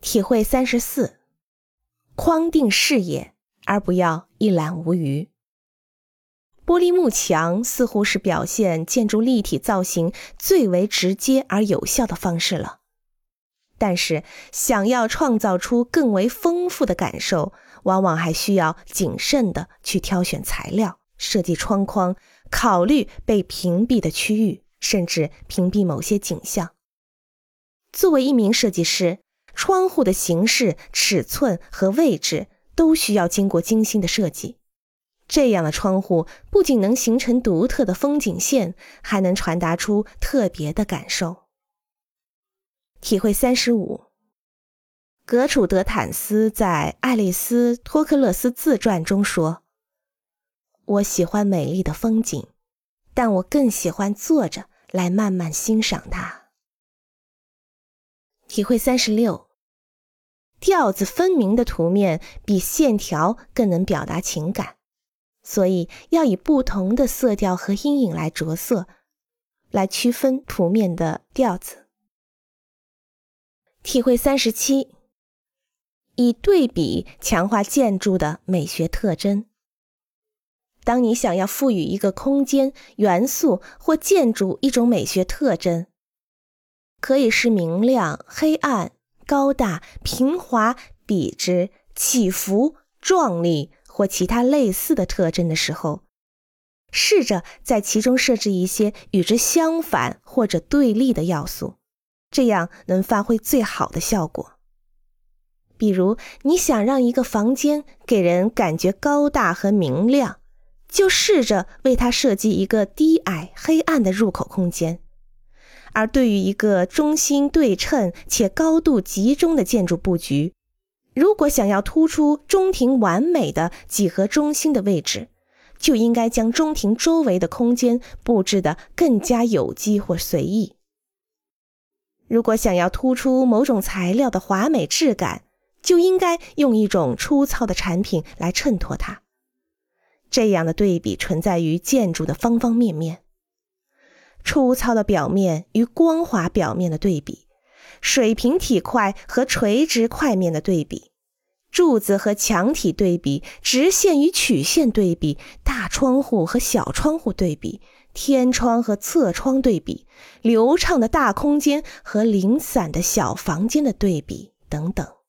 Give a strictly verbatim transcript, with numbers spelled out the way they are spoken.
体会三十四，框定视野，而不要一览无余。玻璃幕墙似乎是表现建筑立体造型最为直接而有效的方式了。但是，想要创造出更为丰富的感受，往往还需要谨慎地去挑选材料，设计窗框，考虑被屏蔽的区域，甚至屏蔽某些景象。作为一名设计师，窗户的形式、尺寸和位置都需要经过精心的设计。这样的窗户不仅能形成独特的风景线，还能传达出特别的感受。体会三十五，格楚德坦斯在《爱丽丝·托克勒斯自传》中说：“我喜欢美丽的风景，但我更喜欢坐着来慢慢欣赏它。”体会三十六，调子分明的图面比线条更能表达情感，所以要以不同的色调和阴影来着色，来区分图面的调子。体会三十七，以对比强化建筑的美学特征。当你想要赋予一个空间、元素或建筑一种美学特征，可以是明亮、黑暗、高大、平滑、笔直、起伏、壮丽或其他类似的特征的时候，试着在其中设置一些与之相反或者对立的要素，这样能发挥最好的效果。比如，你想让一个房间给人感觉高大和明亮，就试着为它设计一个低矮、黑暗的入口空间。而对于一个中心对称且高度集中的建筑布局，如果想要突出中庭完美的几何中心的位置，就应该将中庭周围的空间布置得更加有机或随意。如果想要突出某种材料的华美质感，就应该用一种粗糙的产品来衬托它。这样的对比存在于建筑的方方面面。粗糙的表面与光滑表面的对比，水平体块和垂直块面的对比，柱子和墙体对比，直线与曲线对比，大窗户和小窗户对比，天窗和侧窗对比，流畅的大空间和零散的小房间的对比等等。